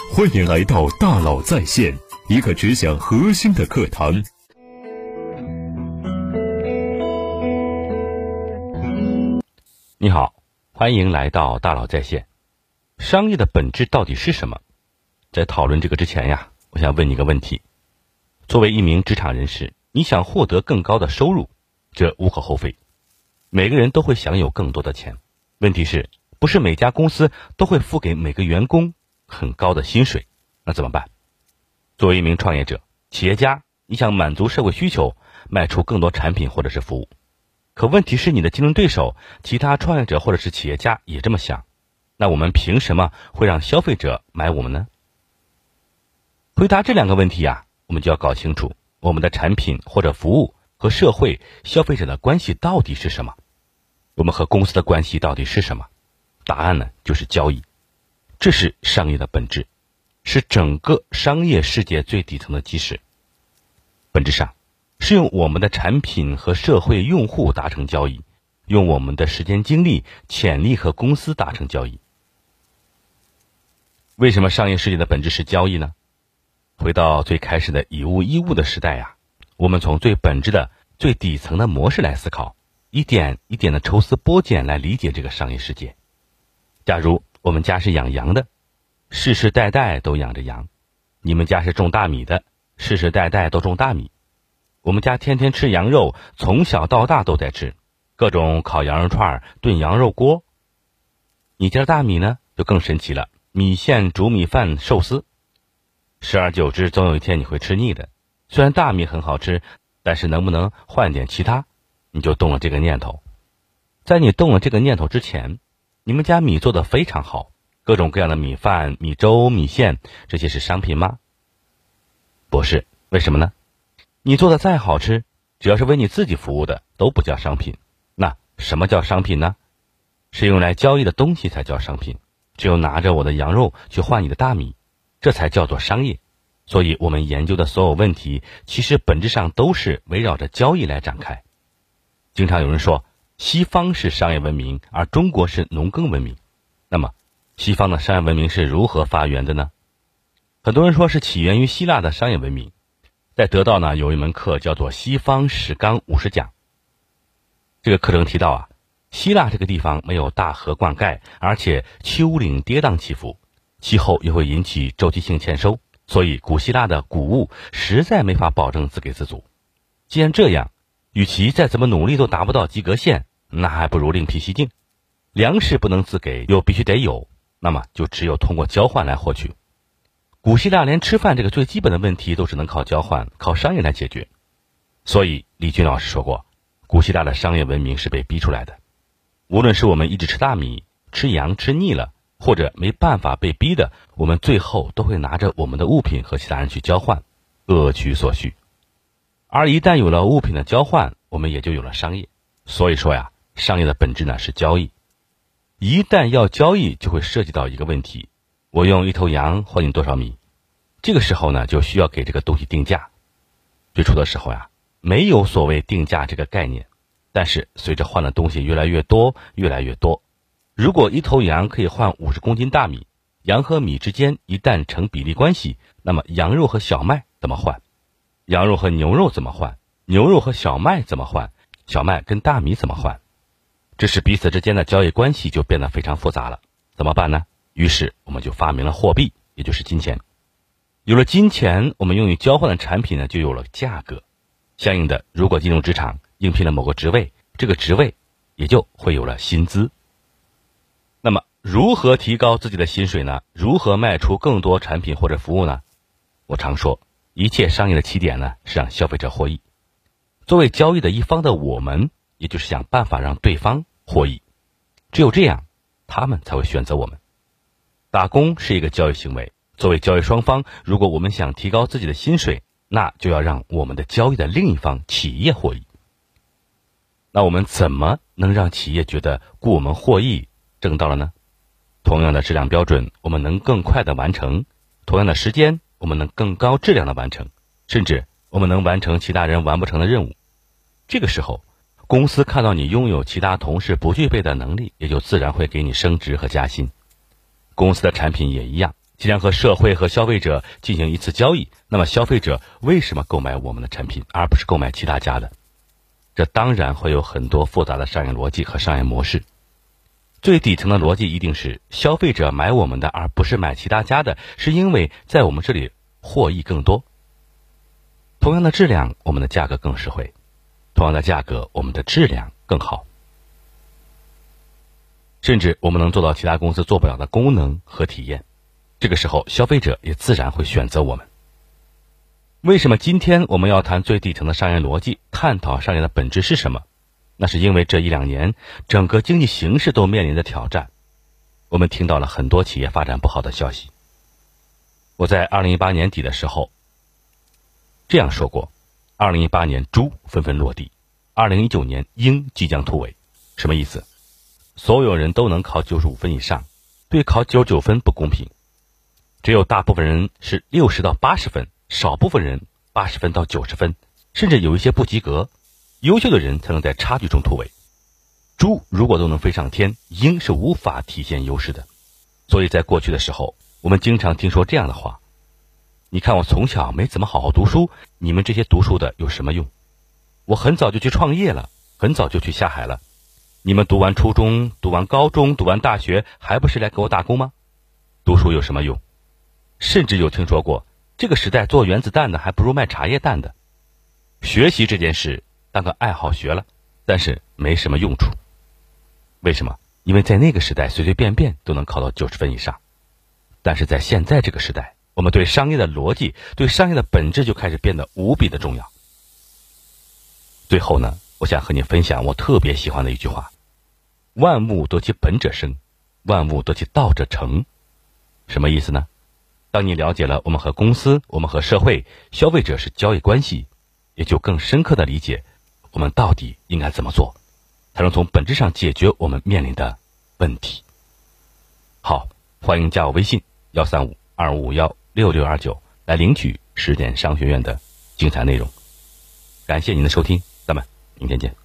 欢迎来到大佬在线，一个只讲核心的课堂。 你好，欢迎来到大佬在线。商业的本质到底是什么？在讨论这个之前呀，我想问你个问题。作为一名职场人士，你想获得更高的收入，这无可厚非。每个人都会享有更多的钱。问题是，不是每家公司都会付给每个员工很高的薪水，那怎么办？作为一名创业者、企业家，你想满足社会需求，卖出更多产品或者是服务。可问题是，你的竞争对手、其他创业者或者是企业家也这么想，那我们凭什么会让消费者买我们呢？回答这两个问题啊，我们就要搞清楚我们的产品或者服务和社会、消费者的关系到底是什么。我们和公司的关系到底是什么？答案呢，就是交易。这是商业的本质，是整个商业世界最底层的基石。本质上是用我们的产品和社会用户达成交易，用我们的时间精力、潜力和公司达成交易。为什么商业世界的本质是交易呢？回到最开始的以物易物的时代呀，我们从最本质的、最底层的模式来思考，一点一点的抽丝剥茧来理解这个商业世界。假如我们家是养羊的，世世代代都养着羊；你们家是种大米的，世世代代都种大米。我们家天天吃羊肉，从小到大都在吃，各种烤羊肉串、炖羊肉锅。你家的大米呢，就更神奇了，米线、煮米饭、寿司。时而久之，总有一天你会吃腻的。虽然大米很好吃，但是能不能换点其他？你就动了这个念头。在你动了这个念头之前，你们家米做得非常好，各种各样的米饭、米粥、米线，这些是商品吗？不是。为什么呢？你做的再好吃，只要是为你自己服务的，都不叫商品。那什么叫商品呢？是用来交易的东西才叫商品。只有拿着我的羊肉去换你的大米，这才叫做商业。所以我们研究的所有问题，其实本质上都是围绕着交易来展开。经常有人说，西方是商业文明，而中国是农耕文明。那么，西方的商业文明是如何发源的呢？很多人说是起源于希腊的商业文明。在得到呢，有一门课叫做西方史纲50讲。这个课程提到啊，希腊这个地方没有大河灌溉，而且丘陵跌宕起伏，气候也会引起周期性欠收，所以古希腊的谷物实在没法保证自给自足。既然这样，与其再怎么努力都达不到及格线，那还不如另辟蹊径。粮食不能自给，又必须得有，那么就只有通过交换来获取。古希腊连吃饭这个最基本的问题都只能靠交换、靠商业来解决。所以李军老师说过，古希腊的商业文明是被逼出来的。无论是我们一直吃大米、吃羊吃腻了，或者没办法被逼的，我们最后都会拿着我们的物品和其他人去交换，各取所需。而一旦有了物品的交换，我们也就有了商业。所以说呀，商业的本质呢是交易。一旦要交易，就会涉及到一个问题，我用一头羊换你多少米？这个时候呢，就需要给这个东西定价。最初的时候呀，没有所谓定价这个概念，但是随着换的东西越来越多，如果一头羊可以换50公斤大米，羊和米之间一旦成比例关系，那么羊肉和小麦怎么换？羊肉和牛肉怎么换？牛肉和小麦怎么换？小麦跟大米怎么换？这使彼此之间的交易关系就变得非常复杂了。怎么办呢？于是我们就发明了货币，也就是金钱。有了金钱，我们用于交换的产品呢，就有了价格。相应的，如果进入职场应聘了某个职位，这个职位也就会有了薪资。那么如何提高自己的薪水呢？如何卖出更多产品或者服务呢？我常说，一切商业的起点呢，是让消费者获益。作为交易的一方的我们，也就是想办法让对方获益。只有这样，他们才会选择我们。打工是一个交易行为，作为交易双方，如果我们想提高自己的薪水，那就要让我们的交易的另一方企业获益。那我们怎么能让企业觉得雇我们获益挣到了呢？同样的质量标准，我们能更快的完成；同样的时间，我们能更高质量的完成，甚至我们能完成其他人完不成的任务。这个时候，公司看到你拥有其他同事不具备的能力，也就自然会给你升职和加薪。公司的产品也一样， 既然和社会和消费者进行一次交易，那么消费者为什么购买我们的产品，而不是购买其他家的？这当然会有很多复杂的商业逻辑和商业模式。最底层的逻辑一定是消费者买我们的而不是买其他家的，是因为在我们这里获益更多。同样的质量，我们的价格更实惠；同样的价格，我们的质量更好。甚至我们能做到其他公司做不了的功能和体验，这个时候消费者也自然会选择我们。为什么今天我们要谈最底层的商业逻辑，探讨商业的本质是什么？那是因为这1-2年整个经济形势都面临着挑战，我们听到了很多企业发展不好的消息。我在2018年底的时候这样说过，2018年猪纷纷落地，2019年鹰即将突围。什么意思？所有人都能考95分以上，对考99分不公平，只有大部分人是60到80分，少部分人80分到90分，甚至有一些不及格，优秀的人才能在差距中突围。猪如果都能飞上天，鹰是无法体现优势的。所以在过去的时候，我们经常听说这样的话：你看我从小没怎么好好读书，你们这些读书的有什么用？我很早就去创业了，很早就去下海了，你们读完初中，读完高中，读完大学，还不是来给我打工吗？读书有什么用？甚至有听说过，这个时代做原子弹的还不如卖茶叶蛋的。学习这件事当个爱好学了，但是没什么用处。为什么？因为在那个时代随随便便都能考到90分以上。但是在现在这个时代，我们对商业的逻辑，对商业的本质就开始变得无比的重要。最后呢，我想和你分享我特别喜欢的一句话：万物得其本者生，万物得其道者成。什么意思呢？当你了解了我们和公司，我们和社会、消费者是交易关系，也就更深刻的理解我们到底应该怎么做，才能从本质上解决我们面临的问题。好，欢迎加我微信13525516629来领取10点商学院的精彩内容。感谢您的收听，咱们明天见。